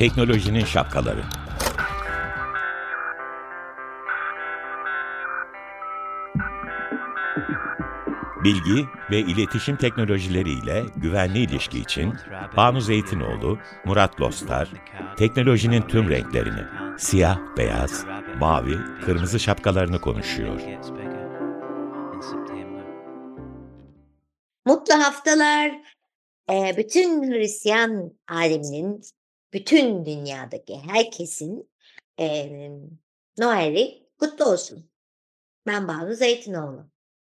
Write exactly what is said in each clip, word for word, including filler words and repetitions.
Teknolojinin şapkaları. Bilgi ve iletişim teknolojileriyle güvenli ilişki için Banu Zeytinoğlu, Murat Lostar, teknolojinin tüm renklerini, siyah, beyaz, mavi, kırmızı şapkalarını konuşuyor. Mutlu haftalar. Ee, bütün Hristiyan aleminin, bütün dünyadaki herkesin e, Noel'i kutlu olsun. Ben Banu Zeytinoğlu.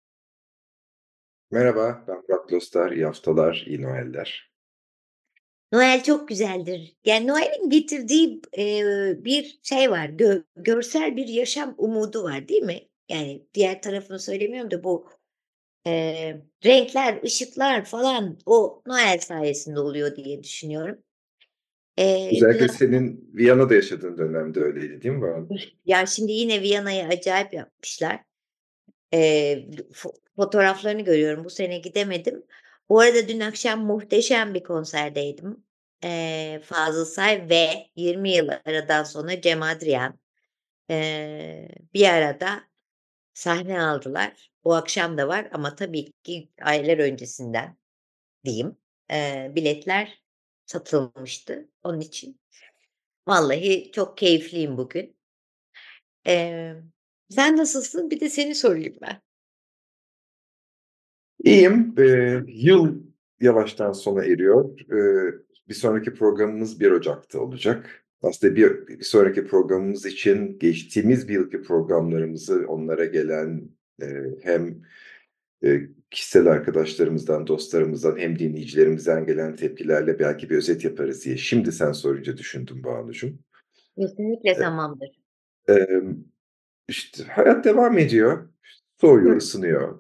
Merhaba, ben Murat Lostar. İyi haftalar, iyi Noeller. Noel çok güzeldir. Yani Noel'in getirdiği e, bir şey var, gö- görsel bir yaşam umudu var, değil mi? Yani diğer tarafını söylemiyorum da bu e, renkler, ışıklar falan o Noel sayesinde oluyor diye düşünüyorum. E, dün Özellikle senin Viyana'da yaşadığın dönemde öyleydi değil mi Banu? Ya şimdi yine Viyana'yı acayip yapmışlar. Eee, fo- fotoğraflarını görüyorum. Bu sene gidemedim. Bu arada dün akşam muhteşem bir konserdeydim. Eee Fazıl Say ve yirmi yıl aradan sonra Cem Adrian eee, bir arada sahne aldılar. Bu akşam da var ama tabii ki aylar öncesinden diyeyim. Eee, biletler satılmıştı. Onun için vallahi çok keyifliyim bugün. Eee, Sen nasılsın? Bir de seni sorayım ben. İyiyim. Ee, yıl yavaştan sona eriyor. Ee, bir sonraki programımız bir Ocak'ta olacak. Aslında bir, bir sonraki programımız için geçtiğimiz bir yılki programlarımızı onlara gelen e, hem e, kişisel arkadaşlarımızdan, dostlarımızdan hem dinleyicilerimizden gelen tepkilerle belki bir özet yaparız diye. Şimdi sen sorunca düşündüm Banu'cum. Kesinlikle tamamdır. Ee, işte hayat devam ediyor. Soğuyor, Hı. ısınıyor.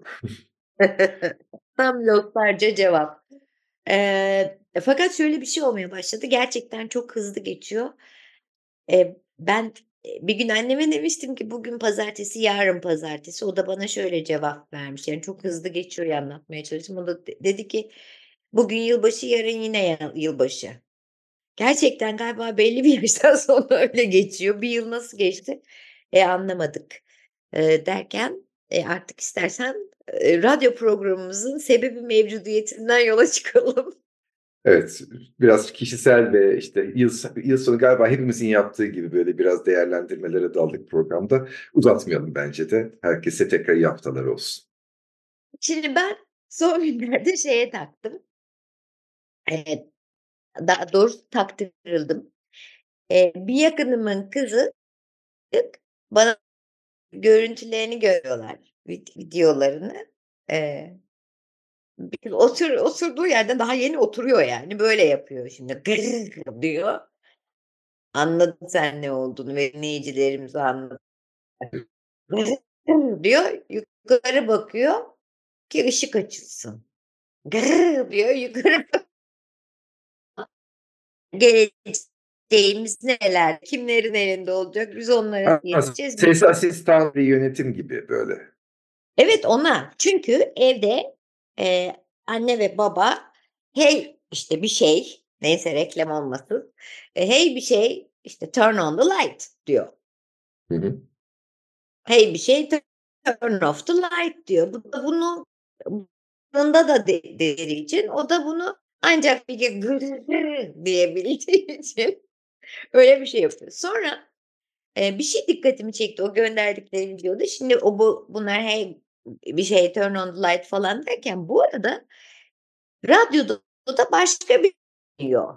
Tam lotlarca cevap. Eee, fakat şöyle bir şey olmaya başladı. Gerçekten çok hızlı geçiyor. Eee, ben eee, bir gün anneme demiştim ki bugün pazartesi, yarın pazartesi. O da bana şöyle cevap vermiş. Yani çok hızlı geçiyor ya anlatmaya çalıştım. O da de- dedi ki bugün yılbaşı, yarın yine ya- yılbaşı. Gerçekten galiba belli bir yaştan sonra öyle geçiyor. Bir yıl nasıl geçti? E, anlamadık. Eee, derken, eee, artık istersen, eee, radyo programımızın sebebi mevcudiyetinden yola çıkalım. Evet, biraz kişisel ve işte yıl, yıl sonu galiba hepimizin yaptığı gibi böyle biraz değerlendirmelere daldık programda. Uzatmayalım bence de. Herkese tekrar iyi haftalar olsun. Şimdi ben son günlerde şeye taktım. Eee, Daha doğrusu taktırıldım. Eee, bir yakınımın kızı bana görüntülerini görüyorlar, vid videolarını. Eee Bir kız otur oturduğu yerden daha yeni oturuyor yani. Böyle yapıyor şimdi. "Gırr" diyor. Anladın sen ne olduğunu ve dinleyicilerimiz anladı. "Gırr" diyor. Yukarı bakıyor ki ışık açılsın. "Gırr" diyor. Yukarı bak geleceğimiz neler, kimlerin elinde olacak, biz onlara Ha, yetişeceğiz. ses asistan ve yönetim gibi böyle. Evet, ona. Çünkü evde, eee, anne ve baba, "Hey" işte bir şey, neyse reklam olmasın, eee, "Hey bir şey, işte turn on the light" diyor. Hı hı. "Hey bir şey, turn off the light" diyor. Bu da bunu yanında da de dediği için o da bunu ancak bir ge gırrrr diyebildiği için öyle bir şey yapıyor. Sonra, eee, bir şey dikkatimi çekti o gönderdikleri videoda. Şimdi o bu bunlar "Hey bir şey, turn on the light" falan derken bu arada radyoda da başka bir diyor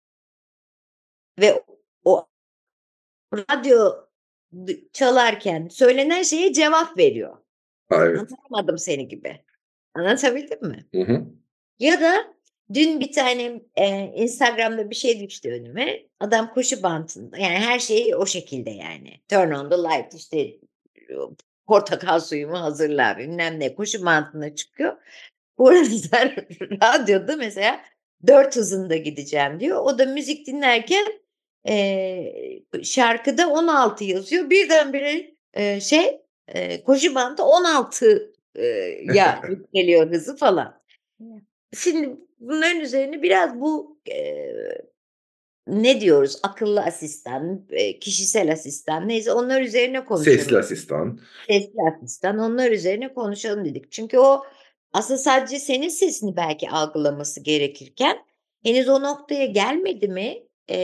ve o radyo dı çalarken söylenen şeye cevap veriyor. Ha, evet. Anlatamadım seni gibi. Anlatabildim mi? Hı hı. Ya da dün bir tane, eee, Instagram'da bir şey düştü önüme. Adam koşu bantında, yani her şey o şekilde yani. Turn on the light, işte, ııı, portakal suyumu hazırla, bilmem ne, koşu bandına çıkıyor. Bu arada sen radyoda mesela dört hızında gideceğim diyor. O da müzik dinlerken, eee, şarkıda on altı yazıyor. Birdenbire, eee, şey, eee, koşu bandı on altı eee, ya yükseliyor hızı falan. Şimdi bunların üzerine biraz bu, eee, ne diyoruz? Akıllı asistan, eee, kişisel asistan neyse onlar üzerine konuşalım. Sesli asistan. Sesli asistan onlar üzerine konuşalım dedik. Çünkü o aslında sadece senin sesini belki algılaması gerekirken henüz o noktaya gelmedi mi?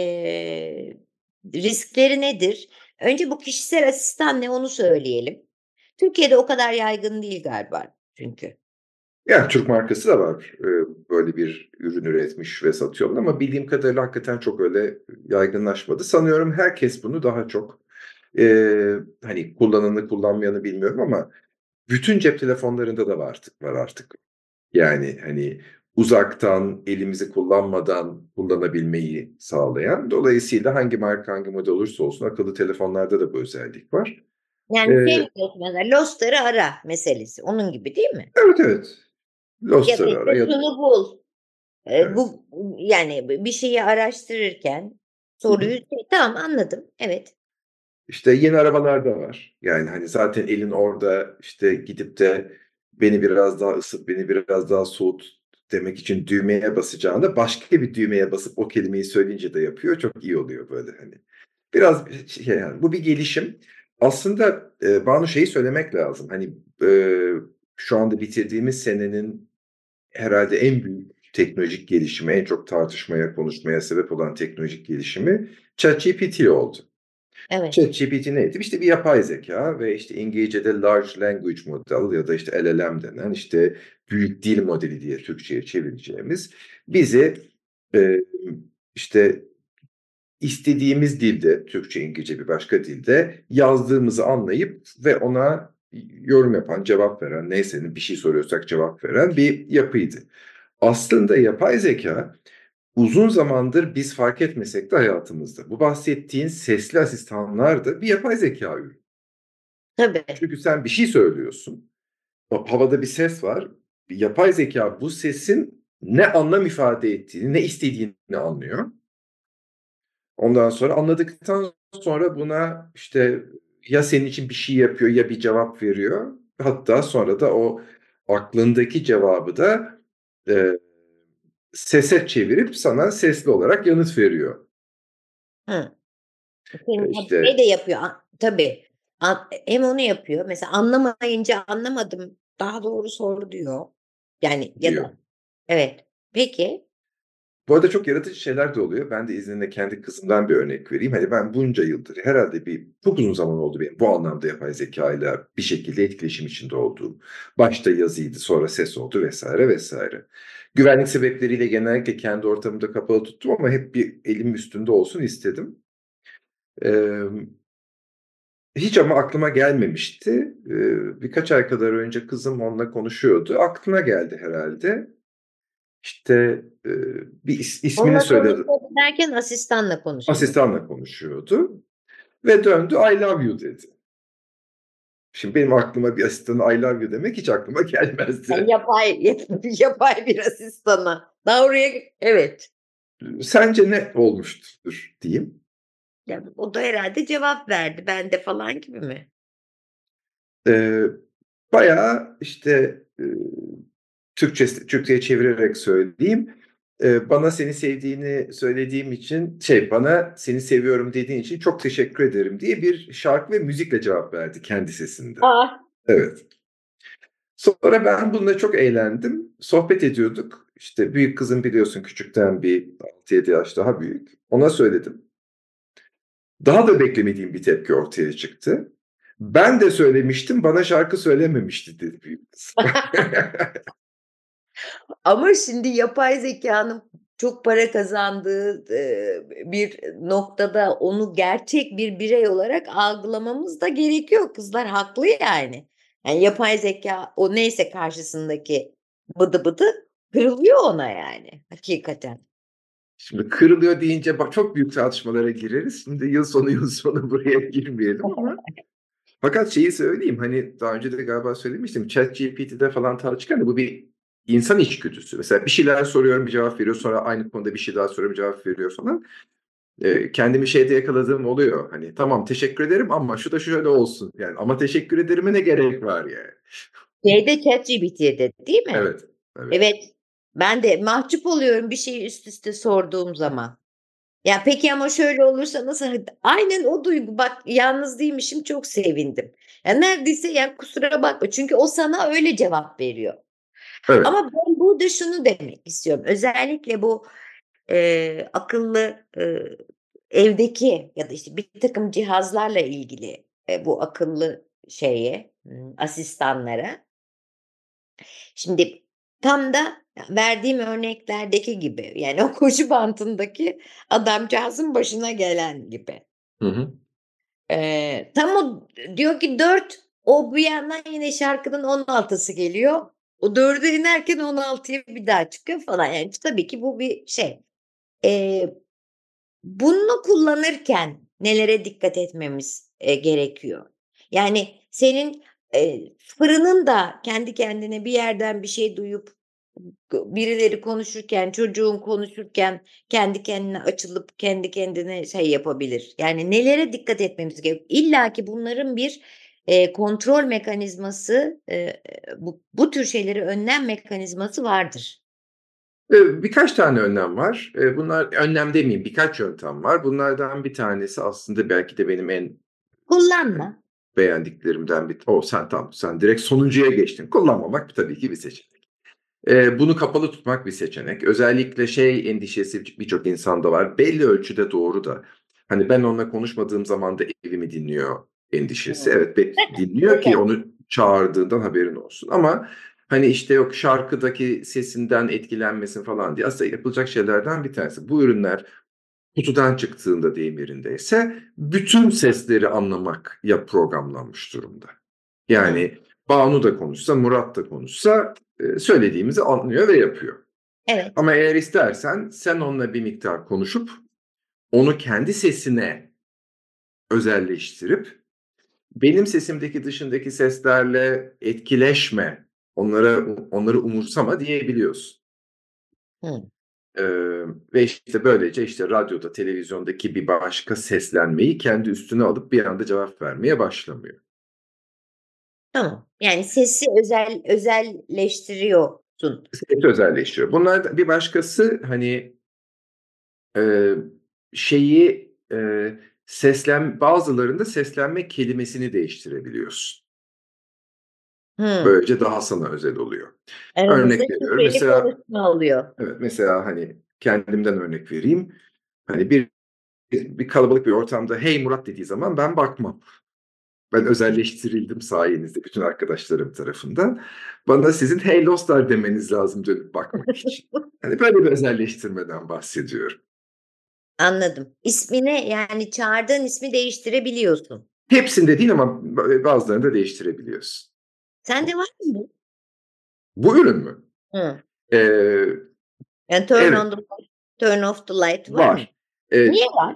Eee, riskleri nedir? Önce bu kişisel asistan ne onu söyleyelim. Türkiye'de o kadar yaygın değil galiba çünkü. Yani Türk markası da var. Eee, böyle bir ürün üretmiş ve satıyorlar ama bildiğim kadarıyla hakikaten çok öyle yaygınlaşmadı. Sanıyorum herkes bunu daha çok, eee, hani kullananı kullanmayanı bilmiyorum ama bütün cep telefonlarında da var artık var artık. Yani, hani, uzaktan, elimizi kullanmadan kullanabilmeyi sağlayan. Dolayısıyla hangi marka, hangi model olursa olsun akıllı telefonlarda da bu özellik var. Yani şey Eee mi diyorsun mesela Lostar'ı ara meselesi onun gibi değil mi? Evet, evet. Ya da Lostar'ı işte ara ya şunu bul. Eee, Evet. bu yani b bir şeyi araştırırken Hı soruyu hı. tamam anladım. Evet. İşte yeni arabalar da var. Yani, hani, zaten elin orada, işte, gidip de beni biraz daha ısıt, beni biraz daha soğut demek için düğmeye basacağına başka bir düğmeye basıp o kelimeyi söyleyince de yapıyor. Çok iyi oluyor böyle, hani. Biraz şey yani bu bir gelişim. Aslında, eee, Banu şeyi söylemek lazım. Hani, eee, şu anda bitirdiğimiz senenin herhâlde en büyük teknolojik gelişimi, en çok tartışmaya, konuşmaya sebep olan teknolojik gelişimi ChatGPT oldu. Evet. ChatGPT neydi? İşte bir yapay zekâ ve işte İngilizce'de Large Language Model ya da işte L L M denen işte büyük dil modeli diye Türkçe'ye çevireceğimiz bizi, emm, işte istediğimiz dilde, Türkçe, İngilizce bir başka dilde yazdığımızı anlayıp ve ona yorum yapan, cevap veren, neyse bir şey soruyorsak cevap veren bir yapıydı. Aslında yapay zekâ uzun zamandır biz fark etmesek de hayatımızda. Bu bahsettiğin sesli asistanlar da bir yapay zekâ ürünü. Tabii. Çünkü sen bir şey söylüyorsun, ha havada bir ses var, bir yapay zekâ bu sesin ne anlam ifade ettiğini, ne istediğini anlıyor. Ondan sonra anladıktan sonra buna, işte, ya senin için bir şey yapıyor ya bir cevap veriyor. Hatta sonra da o aklındaki cevabı da, eee, sese çevirip sana sesli olarak yanıt veriyor. Hı. Eee, Senin şey işte de yapıyor a tabii. An hem onu yapıyor. Mesela anlamayınca anlamadım, daha doğru sor diyor. Yani ya diyor. da evet. Peki. Bu arada çok yaratıcı şeyler de oluyor. Ben de izninle kendi kızımdan bir örnek vereyim. Hani ben bunca yıldır herhâlde bir çok uzun zaman oldu benim bu anlamda yapay zekâyla bir şekilde etkileşim içinde olduğum. Başta yazıydı, sonra ses oldu vesaire vesaire. Güvenlik sebepleriyle genellikle kendi ortamımda kapalı tuttum ama hep bir elim üstünde olsun istedim. Emm, hiç ama aklıma gelmemişti. Eee, birkaç ay kadar önce kızım onunla konuşuyordu. Aklına geldi herhâlde. İşte, eee, bir is ismini Onunla söyledi. konuşuyordu derken asistanla konuşuyordu. Asistanla konuşuyordu ve döndü "I love you" dedi. Şimdi benim aklıma bir asistana "I love you" demek hiç aklıma Yani gelmezdi. yapay yapay bir asistana. Daha oraya evet. Sence ne olmuştur diyeyim? Ya, o da herhâlde cevap verdi. "Ben de" falan gibi mi? Eee, bayağı, işte, eee, Türkçesi Türkçe'ye çevirerek söyleyeyim. Eee, bana seni sevdiğini söylediğim için, şey, bana seni seviyorum dediğin için çok teşekkür ederim diye bir şarkı ve müzikle cevap verdi kendi sesinde. A! Evet. Sonra ben bununla çok eğlendim. Sohbet ediyorduk. İşte büyük kızım biliyorsun küçükten bir altı yedi yaş daha büyük. Ona söyledim. Daha da beklemediğim bir tepki ortaya çıktı. "Ben de söylemiştim, bana şarkı söylememişti." dedi büyük kızım. Ama şimdi yapay zekânın çok para kazandığı, eee, bir noktada onu gerçek bir birey olarak algılamamız da gerekiyor. Kızlar haklı yani. Yani yapay zekâ, o neyse karşısındaki bıdı bıdı kırılıyor ona yani hakikaten. Şimdi kırılıyor deyince bak çok büyük tartışmalara gireriz. Şimdi yıl sonu yıl sonu buraya girmeyelim ama fakat şeyi söyleyeyim, hani, daha önce de galiba söylemiştim. ChatGPT'de falan tartışırken de bu bir insan içgüdüsü. Mesela bir şeyler soruyorum, bir cevap veriyor. Sonra aynı konuda bir şey daha soruyorum, cevap veriyor falan. Eee, kendimi şeyde yakaladığım oluyor. Hani, tamam teşekkür ederim ama şu da şöyle olsun. Yani ama teşekkür ederime ne gerek var yani? Şeyde ChatGPT'de değil mi? Evet, evet. Evet. Ben de mahcup oluyorum bir şeyi üst üste sorduğum zaman. Ya peki ama şöyle olursa nasıl? Aynen o duygu. Bak yalnız değilmişim, çok sevindim. Ya neredeyse ya kusura bakma. Çünkü o sana öyle cevap veriyor. Evet. Ama ben burada şunu demek istiyorum. Özellikle bu e, akıllı e, evdeki ya da işte bir takım cihazlarla ilgili e, bu akıllı şeye, hmm, asistanlara. Şimdi tam da verdiğim örneklerdeki gibi, yani o koşu bantındaki adamcağızın başına gelen gibi. Hı hı. Eee, tam o diyor ki dört, o bir yandan yine şarkının on altısı geliyor. O dörde inerken on altıya bir daha çıkıyor falan. Yani tabii ki bu bir şey. Eee, bunu kullanırken nelere dikkat etmemiz, eee, gerekiyor? Yani senin, eee, fırının da kendi kendine bir yerden bir şey duyup birileri konuşurken, çocuğun konuşurken kendi kendine açılıp kendi kendine şey yapabilir. Yani nelere dikkat etmemiz gerekiyor? İllaki bunların bir, eee, kontrol mekanizması, eee, bu bu tür şeyleri önlem mekanizması vardır. Eee, birkaç tane önlem var. Eee, bunlar önlem demeyeyim, birkaç yöntem var. Bunlardan bir tanesi aslında belki de benim en, hani, Kullanma. beğendiklerimden bir O, sen tamam, sen direkt sonuncuya geçtin. Kullanmamak tabii ki bir seçenek. Eee, bunu kapalı tutmak bir seçenek. Özellikle şey endişesi birçok insanda var. Belli ölçüde doğru da. Hani, ben onunla konuşmadığım zaman da evimi dinliyor endişesi. Hıı. Evet, be dinliyor ki onu çağırdığından haberin olsun ama, hani, işte, yok şarkıdaki sesinden etkilenmesin falan diye aslında yapılacak şeylerden bir tanesi. Bu ürünler kutudan çıktığında deyim yerindeyse bütün sesleri anlamakya programlanmış durumda. Hıı. Yani Banu da konuşsa, Murat da konuşsa, eee, söylediğimizi anlıyor ve yapıyor. Evet. Ama eğer istersen sen onunla bir miktar konuşup onu kendi sesine özelleştirip benim sesimdeki dışındaki seslerle etkileşme, onlara onları umursama diyebiliyorsun. Hıı. Emm, ve işte böylece işte radyoda, televizyondaki bir başka seslenmeyi kendi üstüne alıp bir anda cevap vermeye başlamıyor. Tamam. Yani sesi özel özelleştiriyorsun. Sesi özelleştiriyor. Bunlardan bir başkası, hani, eee, şeyi, eee, seslen bazılarında seslenme kelimesini değiştirebiliyorsun. Hıı. Böylece daha sana özel oluyor. Aranızda Örnek veriyorum. şifreli Mesela konuşma oluyor. evet, mesela, hani, kendimden örnek vereyim. Hani, bir bir kalabalık bir ortamda "Hey Murat" dediği zaman ben bakmam. Ben özelleştirildim sayenizde bütün arkadaşlarım tarafından. Bana sizin "Hey Lostlar" demeniz lazım dönüp bakmak için. Hani, böyle bir özelleştirmeden bahsediyorum. Anladım. İsmini, yani çağırdığın ismi değiştirebiliyorsun. Hepsinde değil ama ba bazılarında değiştirebiliyorsun. Sende var mı bu? Bu ürün mü? Hı. Eee, Yani turn evet, on the light, turn off the light var mı? var. Eee, Niye var?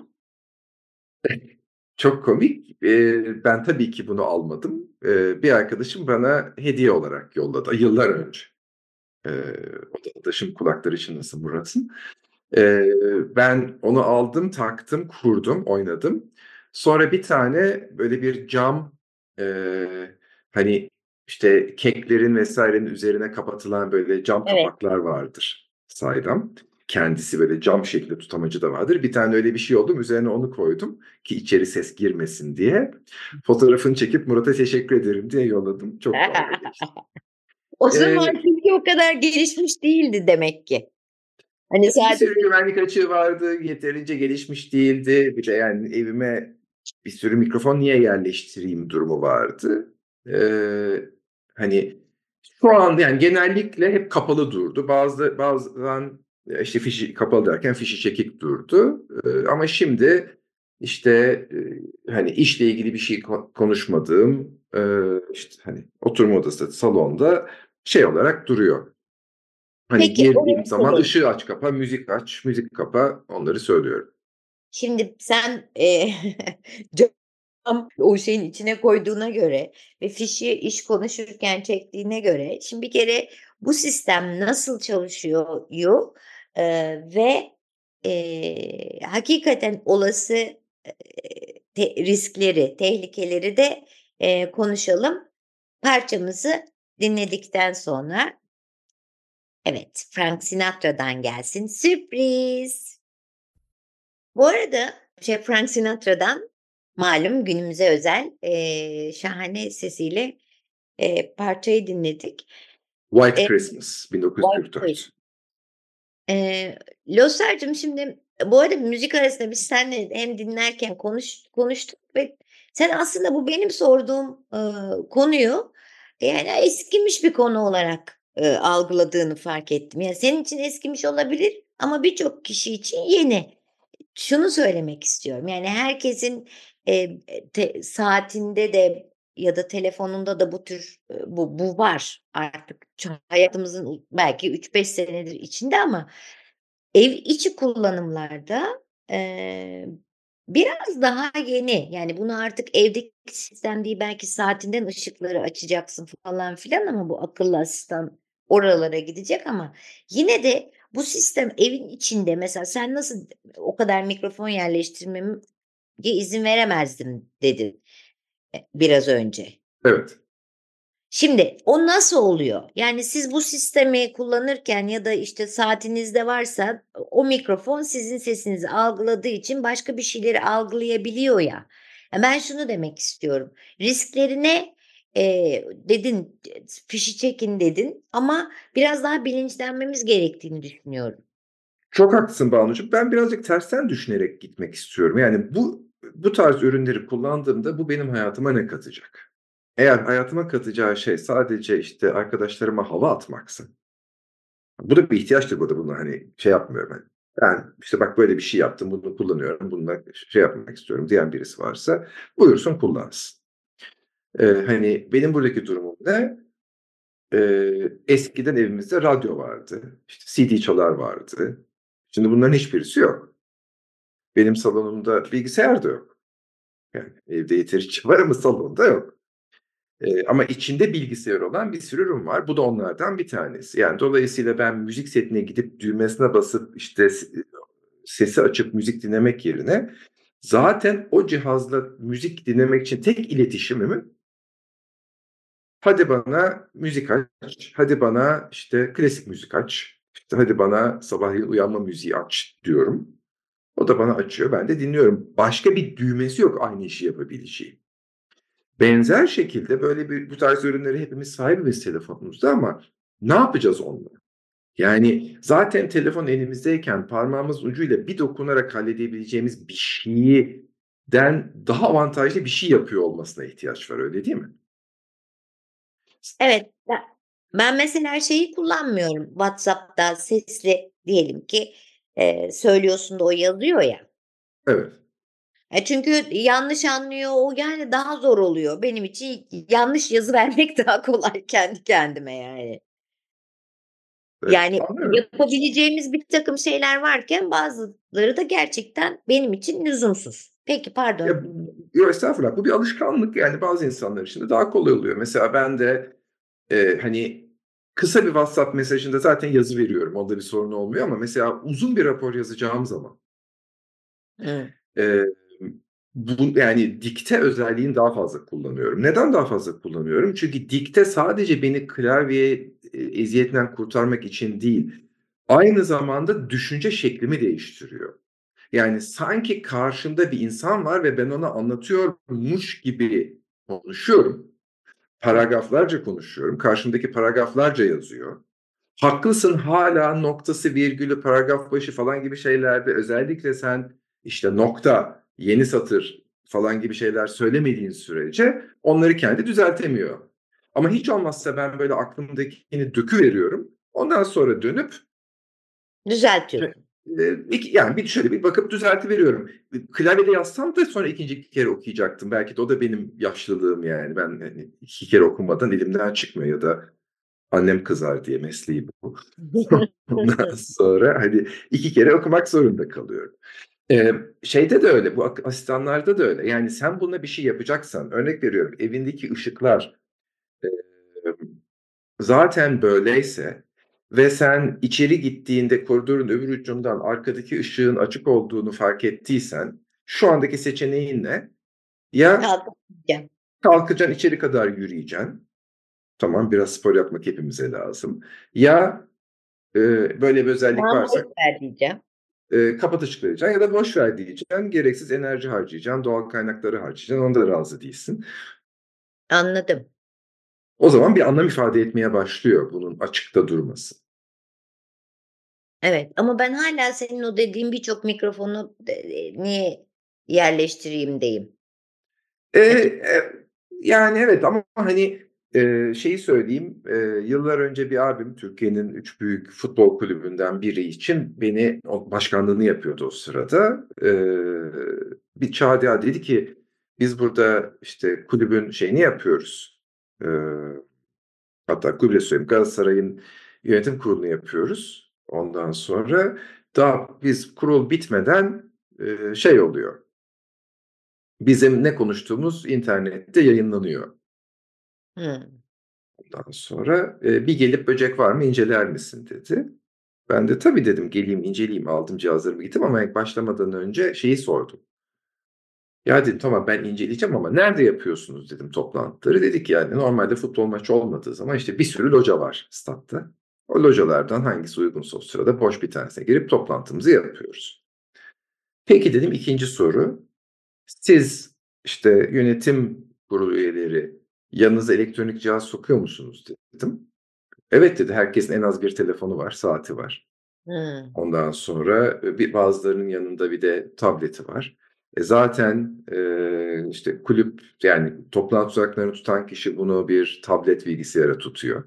çok komik. Eee, ben tabii ki bunu almadım. Eee, bir arkadaşım bana hediye olarak yolladı yıllar önce. Eee, o da adaşım kulakları çınlasın Murat'ın. Eee, ben onu aldım, taktım, kurdum, oynadım. Sonra bir tane böyle bir cam, eee, hani, işte, keklerin vesairenin üzerine kapatılan böyle cam Evet. kapaklar vardır saydam. Kendisi böyle cam şekli tutamacı da vardır. Bir tane öyle bir şey aldım, üzerine onu koydum ki içeri ses girmesin diye. Fotoğrafını çekip Murat'a teşekkür ederim diye yolladım. Çok dalga geçti. O zaman Eee çünkü o kadar gelişmiş değildi demek ki. Hani Bir sürü sadece güvenlik açığı vardı, yeterince gelişmiş değildi. Bir de yani evime bir sürü mikrofon niye yerleştireyim durumu vardı. Eee, hani şu an yani genellikle hep kapalı durdu. Bazı bazen, eee, işte fişi kapalı derken fişi çekik durdu. Eee, ama şimdi işte, eee, hani işle ilgili bir şey ko konuşmadığım, eee, işte, hani oturma odası, salonda şey olarak duruyor. Hani peki girdiğim oraya zaman gelelim. ışığı aç kapa, müzik aç, müzik kapa, onları söylüyorum. Şimdi sen, eee, cam o şeyin içine koyduğuna göre ve fişi iş konuşurken çektiğine göre şimdi bir kere bu sistem nasıl çalışıyor yu eee, ve, eee, hakikaten olası, eee, te riskleri, tehlikeleri de, eee, konuşalım. Parçamızı dinledikten sonra. Evet, Frank Sinatra'dan gelsin. Sürpriz. Bu arada şey Frank Sinatra'dan malum günümüze özel eee, şahane sesiyle eee, parçayı dinledik. White Eee, Christmas bin dokuz yüz White kırk dört. Christmas. Eee, Losar'cığım şimdi bu arada müzik arasında biz seninle hem dinlerken konuş, konuştuk ve sen aslında bu benim sorduğum eee, konuyu yani eskimiş bir konu olarak eee, algıladığını fark ettim. Yani senin için eskimiş olabilir ama birçok kişi için yeni. Şunu söylemek istiyorum, yani herkesin, eee, te saatinde de ya da telefonunda da bu tür, eee, bu bu var artık ço hayatımızın u belki üç beş senedir içinde ama ev içi kullanımlarda, eee, biraz daha yeni. Yani bunu artık evdeki sistem değil, belki saatinden ışıkları açacaksın falan filan ama bu akıllı asistan oralara gidecek ama yine de bu sistem evin içinde mesela sen nasıl o kadar mikrofon yerleştirmeme izin veremezdim dedin, eee, biraz önce. Evet. Şimdi o nasıl oluyor? Yani siz bu sistemi kullanırken ya da işte saatinizde varsa o mikrofon sizin sesinizi algıladığı için başka bir şeyleri algılayabiliyor ya. Ya ben şunu demek istiyorum. Risklerine eee, dedin, fişi çekin dedin ama biraz daha bilinçlenmemiz gerektiğini düşünüyorum. Çok haklısın Banucuğum. Ben birazcık tersten düşünerek gitmek istiyorum. Yani bu bu tarz ürünleri kullandığımda bu benim hayatıma ne katacak? Eğer hayatıma katacağı şey sadece işte arkadaşlarıma hava atmaksa, bu da bir ihtiyaçtır burada bunu hani şey yapmıyorum hani. Ben işte bak böyle bir şey yaptım, bunu kullanıyorum, bununla şey yapmak istiyorum diyen birisi varsa buyursun kullansın. Ee, hani benim buradaki durumum ne? Ee, eskiden evimizde radyo vardı, işte C D çalar vardı. Şimdi bunların hiçbirisi yok. Benim salonumda bilgisayar da yok. Yani evde yeterince var ama salonda yok. Eee, ama içinde bilgisayar olan bir sürü ürün var. Bu da onlardan bir tanesi. Yani dolayısıyla ben müzik setine gidip düğmesine basıp işte s sesi açıp müzik dinlemek yerine zaten o cihazla müzik dinlemek için tek iletişimimi hadi bana müzik aç, hadi bana işte klasik müzik aç, işte hadi bana sabahleyin uyanma müziği aç diyorum. O da bana açıyor, ben de dinliyorum. Başka bir düğmesi yok aynı işi yapabileceği. Benzer şekilde böyle bir bu tarz ürünleri hepimiz sahibiz telefonumuzda ama ne yapacağız onunla? Yani zaten telefon elimizdeyken parmağımız ucuyla bir dokunarak halledebileceğimiz bir şeyden daha avantajlı bir şey yapıyor olmasına ihtiyaç var, öyle değil mi? Evet, ben ben mesela şeyi kullanmıyorum. WhatsApp'ta sesli diyelim ki, eee, söylüyorsun da o yazıyor ya. Evet. E, çünkü yanlış anlıyor, o yani daha zor oluyor. Benim için yanlış yazı vermek daha kolay kendi kendime yani. Evet, Yani anlıyorum. yapabileceğimiz birtakım şeyler varken bazıları da gerçekten benim için lüzumsuz. Peki, pardon. Ya, yo, estağfurullah. Bu bir alışkanlık, yani bazı insanlar için de daha kolay oluyor. Mesela ben de, eee, hani, kısa bir WhatsApp mesajında zaten yazı veriyorum. Onda bir sorun olmuyor ama mesela uzun bir rapor yazacağım zaman Hıı. Emm, bu yani dikte özelliğini daha fazla kullanıyorum. Neden daha fazla kullanıyorum? Çünkü dikte sadece beni klavye, eee, eziyetinden kurtarmak için değil, aynı zamanda düşünce şeklimi değiştiriyor. Yani sanki karşımda bir insan var ve ben ona anlatıyormuş gibi konuşuyorum. Hı. Paragraflarca konuşuyorum. Karşımdaki paragraflarca yazıyor. Haklısın, hâlâ noktası, virgülü, paragraf başı falan gibi şeylerde özellikle sen, işte, nokta, yeni satır falan gibi şeyler söylemediğin sürece onları kendi düzeltemiyor. Ama hiç olmazsa ben böyle aklımdakini döküveriyorum. Ondan sonra dönüp ce Düzeltiyorsun. eee, iki yani bir şöyle bir bakıp düzeltiveriyorum. Iıı, klavyede yazsam da sonra ikinci kere okuyacaktım. Belki de o da benim yaşlılığım yani. Ben, hani, iki kere okumadan elimden çıkmıyor ya da annem kızar diye mesleği bu. Ondan sonra, hani, iki kere okumak zorunda kalıyorum. Eee, şeyde de öyle, bu ak asistanlarda da öyle. Yani sen bununla bir şey yapacaksan, örnek veriyorum, evindeki ışıklar, emm, zaten böyleyse ve sen içeri gittiğinde koridorun öbür ucundan arkadaki ışığın açık olduğunu fark ettiysen şu andaki seçeneğin ne? Ya Kalkıp gideceğim. kalkacaksın, içeri kadar yürüyeceksin. Tamam, biraz spor yapmak hepimize lazım. Ya, eee, böyle bir özellik Kumandayı varsa ver diyeceğim. Eee, kapat ışıkları diyeceksin ya da boş ver diyeceksin. Gereksiz enerji harcayacaksın, doğal kaynakları harcayacaksın. Onda da razı değilsin. Anladım. O zaman bir anlam ifade etmeye başlıyor bunun açıkta durması. Evet ama ben hâlâ senin o dediğin birçok mikrofonu de eee, niye yerleştireyimdeyim. Eee, eee, yani evet ama hani, eee, şeyi söyleyeyim, eee, yıllar önce bir abim Türkiye'nin üç büyük futbol kulübünden biri için beni o başkanlığını yapıyordu o sırada. Eee, bir çağırdı ya dedi ki biz burada işte kulübün şeyini yapıyoruz. Eee, hatta kulübe söyleyeyim Galatasaray'ın yönetim kurulunu yapıyoruz. Ondan sonra daha biz kurul bitmeden, eee, şey oluyor. Bizim ne konuştuğumuz internette yayınlanıyor. Hımm. Ondan sonra, eee, "Bir gelip böcek var mı, inceler misin?" dedi. Ben de "Tabii." dedim, "Geleyim, inceleyeyim." Aldım cihazlarımı gittim ama ilk başlamadan önce şeyi sordum. "Ya" dedim, "Tamam, ben inceleyeceğim ama nerede yapıyorsunuz?" dedim toplantıları. Dedi ki, "Yani normalde futbol maçı olmadığı zaman, işte, bir sürü loca var statta. O localardan hangisi uygunsa o sırada boş bir tanesine girip toplantımızı yapıyoruz." "Peki." dedim, ikinci soru. Siz, işte, yönetim kurulu üyeleri yanınıza elektronik cihaz sokuyor musunuz dedim. Evet dedi, herkesin en az bir telefonu var, saati var. Hımm. Ondan sonra, eee, bir bazılarının yanında bir de tableti var. E, zaten, eee, işte, kulüp, yani, toplantı tuzaklarını tutan kişi bunu bir tablet bilgisayara tutuyor.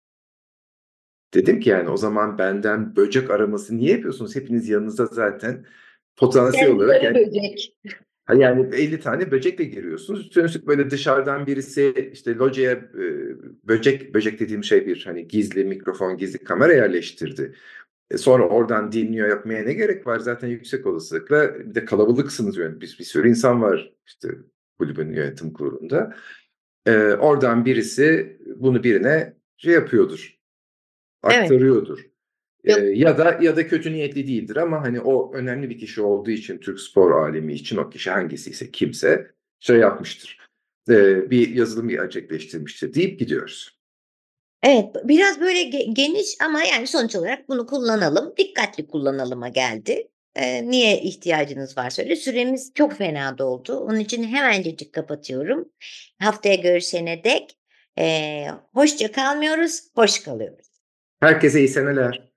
Dedim ki, yani, o zaman benden böcek araması niye yapıyorsunuz? Hepiniz yanınızda zaten potansiyel Kendi olarak, kara yani, böcek. Ha, yani elli tane böcekle giriyorsunuz. Üstüne üstlük böyle dışarıdan birisi, işte, locaya, eee, böcek böcek dediğim şey bir, hani, gizli mikrofon, gizli kamera yerleştirdi. E, sonra oradan dinliyor yapmaya ne gerek var? Zaten yüksek olasılıkla bir de kalabalıksınız yani bir bir sürü insan var, işte, kulübün yönetim kurulunda. Eee, oradan birisi bunu birine şey yapıyordur, Evet. aktarıyordur. Eee, Yok. ya da ya da kötü niyetli değildir ama, hani, o önemli bir kişi olduğu için Türk spor alemi için o kişi hangisiyse kimse şey yapmıştır, eee, bir yazılım gerçekleştirmiştir deyip gidiyoruz. Evet, biraz böyle ge geniş ama yani sonuç olarak bunu kullanalım, dikkatli kullanalıma geldi. Eee, niye ihtiyacınız varsa öyle. Süremiz çok fena doldu. Onun için hemencecik kapatıyorum. Haftaya görüşene dek, eee, hoşça kalmıyoruz, hoş kalıyoruz. Herkese iyi seneler.